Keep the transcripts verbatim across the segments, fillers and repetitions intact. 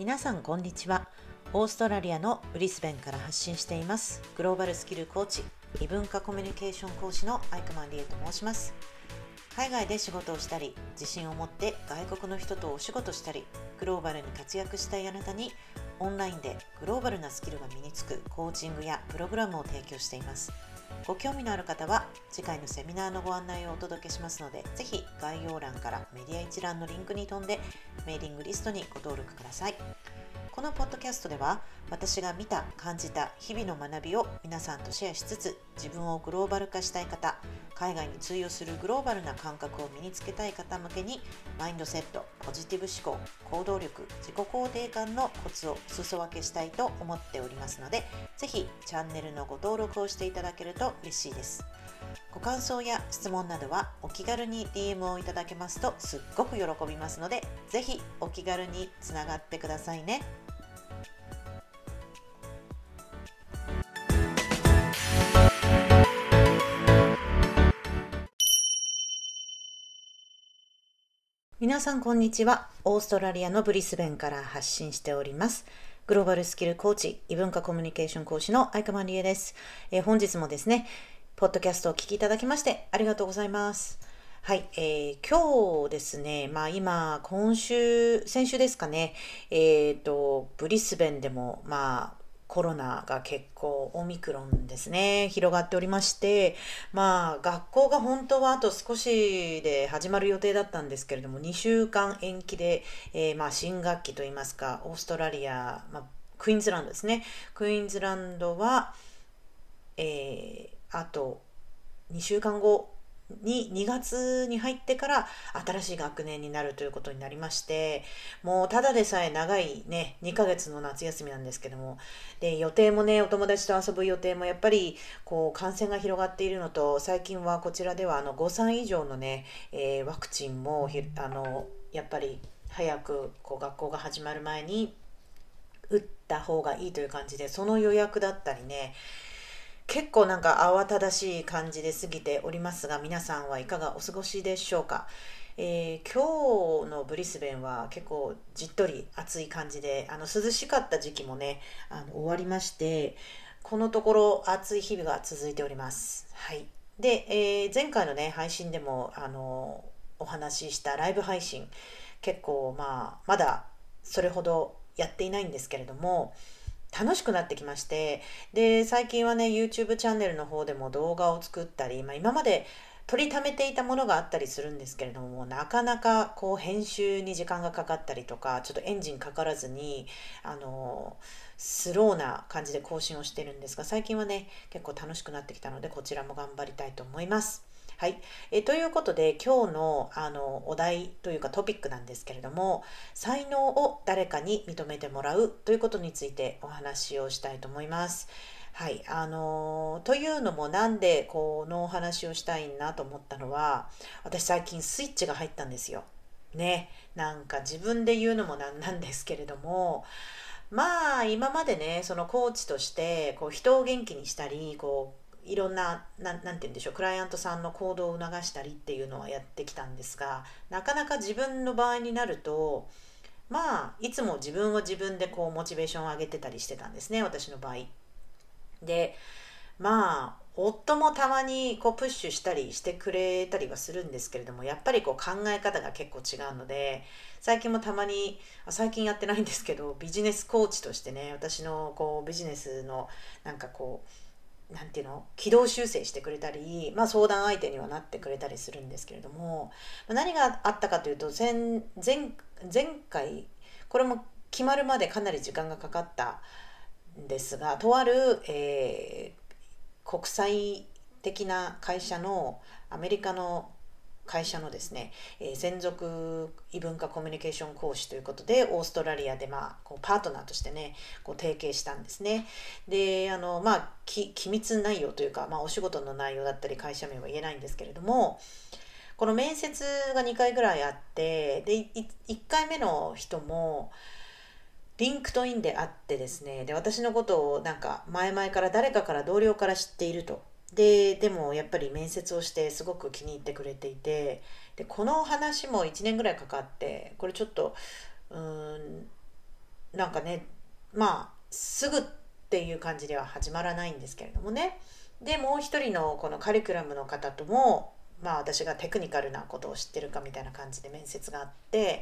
皆さんこんにちは。オーストラリアのブリスベンから発信していますグローバルスキルコーチ、異文化コミュニケーション講師のアイクマンリエと申します。海外で仕事をしたり、自信を持って外国の人とお仕事したり、グローバルに活躍したいあなたにオンラインでグローバルなスキルが身につくコーチングやプログラムを提供しています。ご興味のある方は次回のセミナーのご案内をお届けしますので、ぜひ概要欄からメディア一覧のリンクに飛んでメーリングリストにご登録ください。このポッドキャストでは、私が見た、感じた日々の学びを皆さんとシェアしつつ、自分をグローバル化したい方、海外に通用するグローバルな感覚を身につけたい方向けに、マインドセット、ポジティブ思考、行動力、自己肯定感のコツを裾分けしたいと思っておりますので、ぜひチャンネルのご登録をしていただけると嬉しいです。ご感想や質問などはお気軽に ディーエム をいただけますとすっごく喜びますので、ぜひお気軽につながってくださいね。皆さんこんにちは。オーストラリアのブリスベンから発信しておりますグローバルスキルコーチ、異文化コミュニケーション講師のアイクマンリエです。えー、本日もですねポッドキャストをお聞きいただきましてありがとうございます。はい、えー、今日ですね、まあ今、今週、先週ですかね、えっと、ブリスベンでも、まあ、コロナが結構オミクロンですね、広がっておりまして、まあ学校が本当はあと少しで始まる予定だったんですけれども、にしゅうかん延期で、えーまあ新学期といいますか、オーストラリア、まあ、クイーンズランドですね、クイーンズランドは、えーあとにしゅうかんごににがつに入ってから新しい学年になるということになりまして、もうただでさえ長いねにかげつの夏休みなんですけども、で予定もね、お友達と遊ぶ予定もやっぱりこう感染が広がっているのと、最近はこちらではあのごさい以上のね、えーワクチンもひあのやっぱり早くこう学校が始まる前に打った方がいいという感じで、その予約だったりね、結構なんか慌ただしい感じで過ぎておりますが、皆さんはいかがお過ごしでしょうか。えー今日のブリスベンは結構じっとり暑い感じで、あの涼しかった時期もね、あの終わりまして、このところ暑い日々が続いております。はい。で、えー前回のね配信でもあのお話ししたライブ配信、結構まあまだそれほどやっていないんですけれども、楽しくなってきまして、で最近はね YouTube チャンネルの方でも動画を作ったり、まあ、今まで取りためていたものがあったりするんですけれども、なかなかこう編集に時間がかかったりとか、ちょっとエンジンかからずにあのスローな感じで更新をしてるんですが、最近はね結構楽しくなってきたので、こちらも頑張りたいと思います。はい、えということで今日のあのお題というかトピックなんですけれども、才能を誰かに認めてもらうということについてお話をしたいと思います。はい、あのというのも、なんでこのお話をしたいなと思ったのは、私最近スイッチが入ったんですよ。ね、なんか自分で言うのもなんなんですけれども、まあ今までねそのコーチとしてこう人を元気にしたり、こういろんな、なん、なんて言うんでしょう、クライアントさんの行動を促したりっていうのはやってきたんですが、なかなか自分の場合になると、まあいつも自分を自分でこうモチベーションを上げてたりしてたんですね、私の場合で。まあ夫もたまにこうプッシュしたりしてくれたりはするんですけれども、やっぱりこう考え方が結構違うので、最近もたまに、あ最近やってないんですけど、ビジネスコーチとしてね、私のこうビジネスのなんかこうなんていうの軌道修正してくれたり、まあ、相談相手にはなってくれたりするんですけれども、何があったかというと、前前前回これも決まるまでかなり時間がかかったんですが、とある、えー国際的な会社の、アメリカの会社のですね、えー専属異文化コミュニケーション講師ということで、オーストラリアで、まあ、こうパートナーとしてねこう提携したんですね。であの、まあ、き機密内容というか、まあ、お仕事の内容だったり会社名は言えないんですけれども、この面接がにかいぐらいあって、でいいっかいめの人もリンクトインであってですね、で私のことをなんか前々から誰かから同僚から知っていると。ででもやっぱり面接をしてすごく気に入ってくれていて、でこの話もいちねんぐらいかかって、これちょっとうーんなんかね、まあすぐっていう感じでは始まらないんですけれどもね。でもう一人のこのカリキュラムの方とも、まあ私がテクニカルなことを知ってるかみたいな感じで面接があって、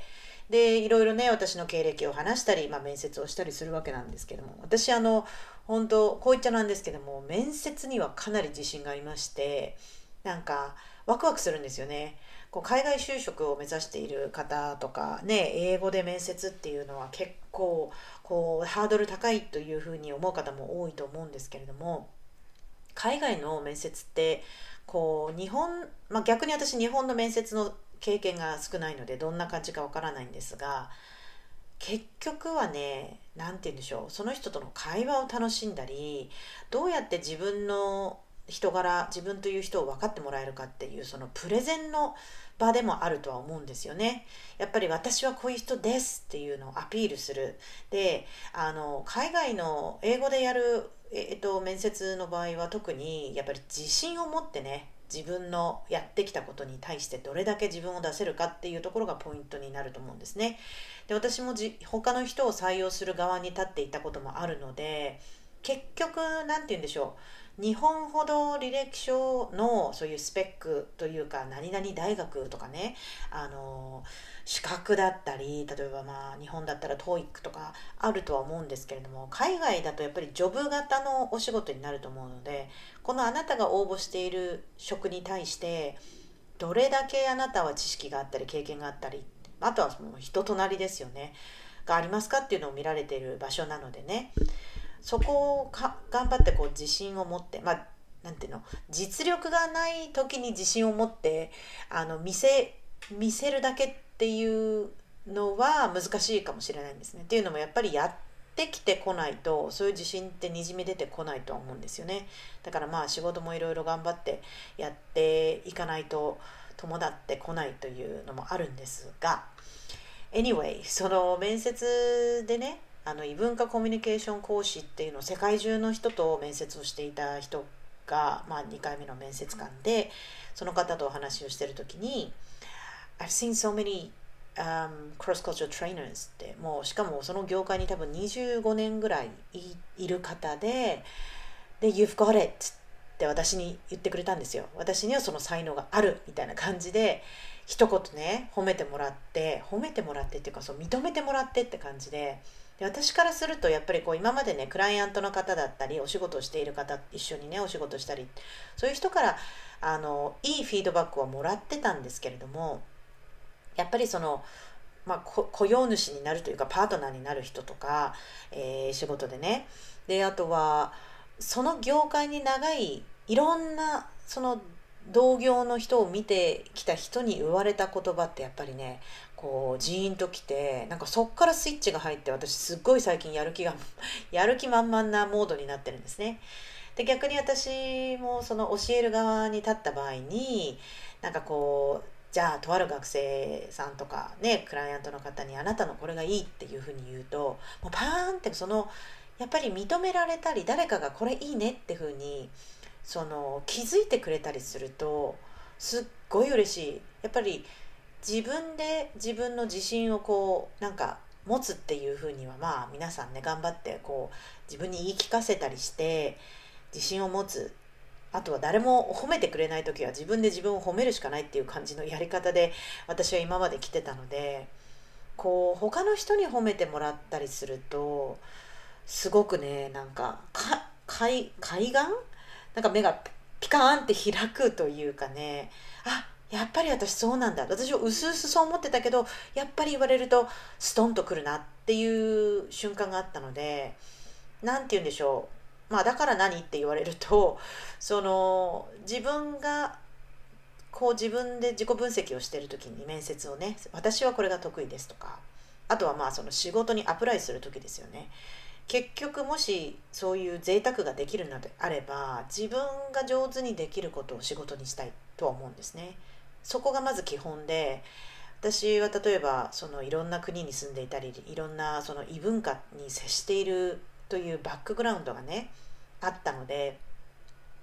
でいろいろね私の経歴を話したり、まあ、面接をしたりするわけなんですけども、私あの本当こう言っちゃなんですけども、面接にはかなり自信がありまして、なんかワクワクするんですよね。こう海外就職を目指している方とかね、英語で面接っていうのは結構こうハードル高いというふうに思う方も多いと思うんですけれども、海外の面接ってこう日本、まあ、逆に私日本の面接の経験が少ないのでどんな感じかわからないんですが、結局はね、なんて言うんでしょう、その人との会話を楽しんだり、どうやって自分の人柄、自分という人を分かってもらえるかっていうそのプレゼンの場でもあるとは思うんですよね。やっぱり私はこういう人ですっていうのをアピールする。で、あの海外の英語でやる、えっと、面接の場合は特にやっぱり自信を持ってね、自分のやってきたことに対してどれだけ自分を出せるかっていうところがポイントになると思うんですね。で私もじ他の人を採用する側に立っていたこともあるので、結局なんて言うんでしょう、日本ほど履歴書のそういうスペックというか何々大学とかね、あの資格だったり、例えばまあ日本だったら トーイック とかあるとは思うんですけれども、海外だとやっぱりジョブ型のお仕事になると思うので、このあなたが応募している職に対してどれだけあなたは知識があったり経験があったり、あとはその人となりですよね、がありますかっていうのを見られている場所なのでね、そこをか頑張ってこう自信を持って、まあなんていうの、実力がない時に自信を持ってあの見せ見せるだけっていうのは難しいかもしれないんですね。っていうのもやっぱりやってきてこないとそういう自信ってにじみ出てこないとは思うんですよね。だからまあ仕事もいろいろ頑張ってやっていかないと伴ってこないというのもあるんですが、 Anyway、 その面接でね、あの異文化コミュニケーション講師っていうのを世界中の人と面接をしていた人が、まあ、にかいめの面接官で、その方とお話をしてる時に I've seen so many、um, cross-cultural trainers って、もうしかもその業界に多分にじゅうごねんぐらい い, いる方で、で You've got it って私に言ってくれたんですよ。私にはその才能があるみたいな感じで一言ね褒めてもらって、褒めてもらってっていうかそう認めてもらってって感じで、で私からするとやっぱりこう今までねクライアントの方だったりお仕事をしている方、一緒にねお仕事したり、そういう人からあのいいフィードバックをもらってたんですけれども、やっぱりそのまあ、雇用主になるというかパートナーになる人とか、えー仕事でね、であとはその業界に長いいろんなその同業の人を見てきた人に言われた言葉ってやっぱりね、こうジーンときて、なんかそっからスイッチが入って、私すっごい最近やる気がやる気満々なモードになってるんですね。で逆に私もその教える側に立った場合に、なんかこうじゃあとある学生さんとかねクライアントの方にあなたのこれがいいっていうふうに言うと、もうパーンってそのやっぱり認められたり誰かがこれいいねっていうふうにその気づいてくれたりするとすっごい嬉しい。やっぱり自分で自分の自信をこうなんか持つっていうふうには、まあ皆さんね頑張ってこう自分に言い聞かせたりして自信を持つ。あとは誰も褒めてくれない時は自分で自分を褒めるしかないっていう感じのやり方で私は今まで来てたので、こう他の人に褒めてもらったりするとすごくね、なんかか海海岸なんか目がピカーンって開くというかね、あ、やっぱり私そうなんだ、私はうすうすそう思ってたけどやっぱり言われるとストンとくるなっていう瞬間があったので、なんて言うんでしょう、まあだから何って言われると、その自分がこう自分で自己分析をしている時に面接をね、私はこれが得意ですとか、あとはまあその仕事にアプライする時ですよね。結局もしそういう贅沢ができるのであれば自分が上手にできることを仕事にしたいとは思うんですね。そこがまず基本で、私は例えばそのいろんな国に住んでいたりいろんなその異文化に接しているというバックグラウンドがねあったので、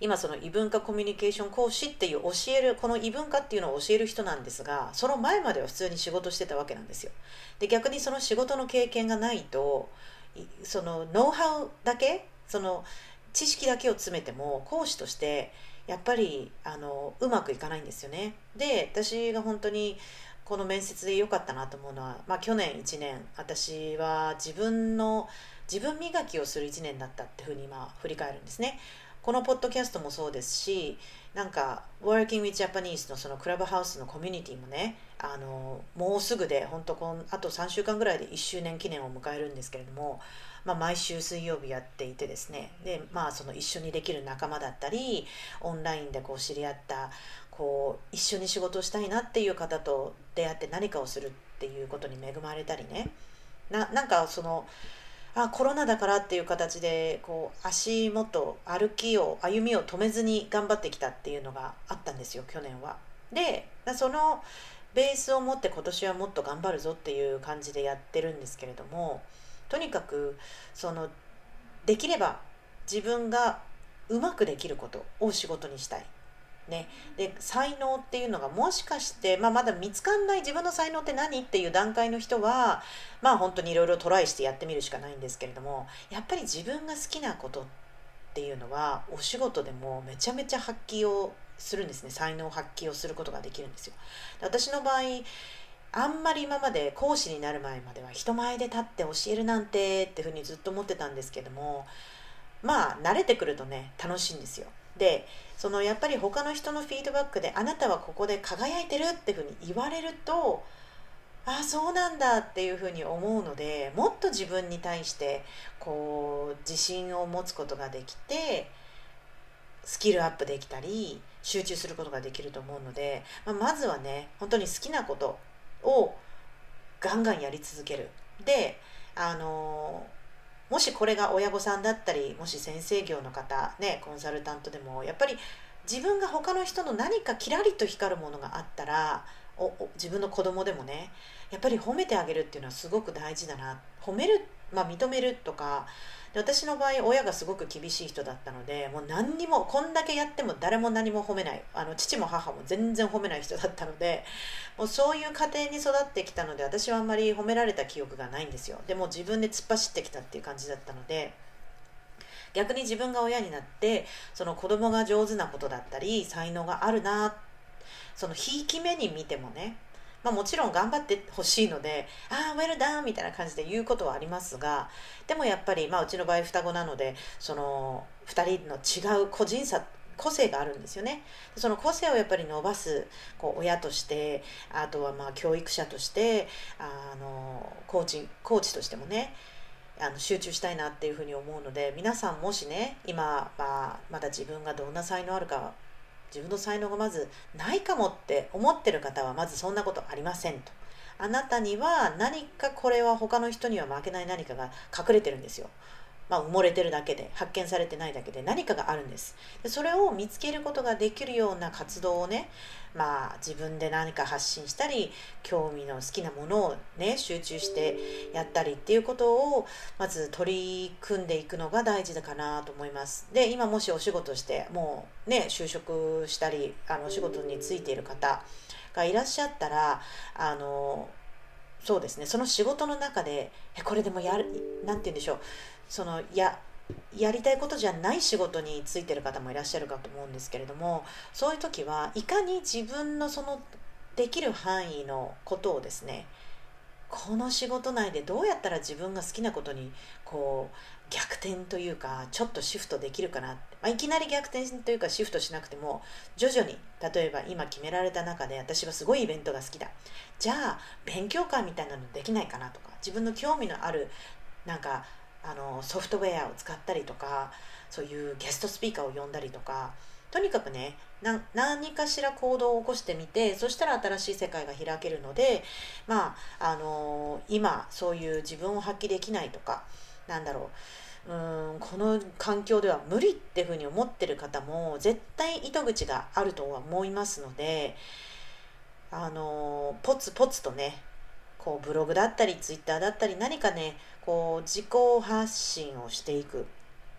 今その異文化コミュニケーション講師っていう教えるこの異文化っていうのを教える人なんですが、その前までは普通に仕事してたわけなんですよ。で逆にその仕事の経験がないと、そのノウハウだけ、その知識だけを詰めても講師としてやっぱりあのうまくいかないんですよね。で私が本当にこの面接で良かったなと思うのは、まあ、去年いちねん私は自分の自分磨きをするいちねんだったっていうふうに今振り返るんですね。このポッドキャストもそうですし、なんか Working with Japanese のそのクラブハウスのコミュニティもね、あのもうすぐで本当こんあとさんしゅうかんぐらいでいっしゅうねん記念を迎えるんですけれども、まあ、毎週水曜日やっていてですね、でまあその一緒にできる仲間だったり、オンラインでこう知り合ったこう一緒に仕事をしたいなっていう方と出会って何かをするっていうことに恵まれたりね、ななんかそのあコロナだからっていう形でこう足元歩きを歩みを止めずに頑張ってきたっていうのがあったんですよ、去年は。でそのベースを持って今年はもっと頑張るぞっていう感じでやってるんですけれども、とにかくそのできれば自分がうまくできることを仕事にしたい。ね、で才能っていうのがもしかして、まあ、まだ見つかんない自分の才能って何っていう段階の人はまあ本当にいろいろトライしてやってみるしかないんですけれども、やっぱり自分が好きなことっていうのはお仕事でもめちゃめちゃ発揮をするんですね。才能を発揮をすることができるんですよ。で私の場合あんまり今まで講師になる前までは人前で立って教えるなんてっていうふうにずっと思ってたんですけども、まあ慣れてくるとね楽しいんですよ。でそのやっぱり他の人のフィードバックであなたはここで輝いてるっていうふうに言われると、ああそうなんだっていうふうに思うので、もっと自分に対してこう自信を持つことができてスキルアップできたり集中することができると思うので、まあ、まずはね本当に好きなことをガンガンやり続ける。であのもしこれが親御さんだったり、もし先生業の方ねコンサルタントでも、やっぱり自分が他の人の何かキラリと光るものがあったら、おお自分の子供でもねやっぱり褒めてあげるっていうのはすごく大事だな。褒める、まあ、認めるとかで、私の場合親がすごく厳しい人だったので、もう何にもこんだけやっても誰も何も褒めない、あの父も母も全然褒めない人だったので、もうそういう家庭に育ってきたので私はあんまり褒められた記憶がないんですよ。でも自分で突っ走ってきたっていう感じだったので、逆に自分が親になってその子供が上手なことだったり才能があるな、そのひいき目に見てもね、まあ、もちろん頑張ってほしいので、ああ、ウェルダンみたいな感じで言うことはありますが、でもやっぱり、まあ、うちの場合双子なので、そのふたりの違う個人差、個性があるんですよね。その個性をやっぱり伸ばすこう親として、あとはまあ教育者として、あのコーチコーチとしてもね、あの集中したいなっていうふうに思うので、皆さんもしね今、まあ、まだ自分がどんな才能あるか、自分の才能がまずないかもって思ってる方はまずそんなことありませんと。あなたには何か、これは他の人には負けない何かが隠れてるんですよ。まあ、埋もれてるだけで、発見されてないだけで何かがあるんです。でそれを見つけることができるような活動をね、まあ自分で何か発信したり、興味の好きなものをね集中してやったりっていうことをまず取り組んでいくのが大事だかなと思います。で今もしお仕事してもうね就職したり、あのお仕事に就いている方がいらっしゃったら、あのそうですね、その仕事の中でえこれでもやる、なんて言うんでしょう、そのややりたいことじゃない仕事についてる方もいらっしゃるかと思うんですけれども、そういう時はいかに自分のそのできる範囲のことをですね、この仕事内でどうやったら自分が好きなことにこう逆転というかちょっとシフトできるかなって、まあ、いきなり逆転というかシフトしなくても徐々に、例えば今決められた中で私はすごいイベントが好きだ、じゃあ勉強会みたいなのできないかなとか、自分の興味のあるなんかあのソフトウェアを使ったりとか、そういうゲストスピーカーを呼んだりとか、とにかくねな何かしら行動を起こしてみて、そしたら新しい世界が開けるので、まああの今そういう自分を発揮できないとか、なんだろう、うーんこの環境では無理っていうふうに思ってる方も絶対糸口があるとは思いますので、あのポツポツとねこうブログだったりツイッターだったり何かねこう自己発信をしていく。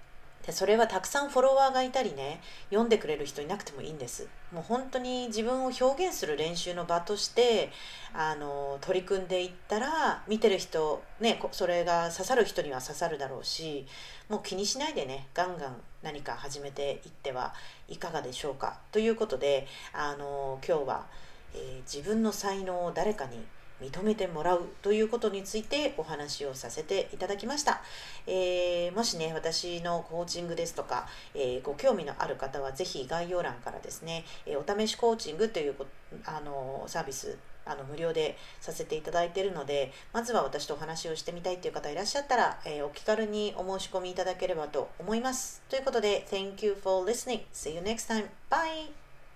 でそれはたくさんフォロワーがいたりね、読んでくれる人いなくてもいいんです。もう本当に自分を表現する練習の場としてあの取り組んでいったら、見てる人ね、こそれが刺さる人には刺さるだろうし、もう気にしないでね、ガンガン何か始めていってはいかがでしょうか。ということで、あの今日は、えー自分の才能を誰かに認めてもらうということについてお話をさせていただきました。えーもしね、私のコーチングですとか、えーご興味のある方はぜひ概要欄からですね、えーお試しコーチングというこあのサービス、あの無料でさせていただいているので、まずは私とお話をしてみたいという方いらっしゃったら、えーお気軽にお申し込みいただければと思います。ということで、Thank you for listening. See you next time. Bye!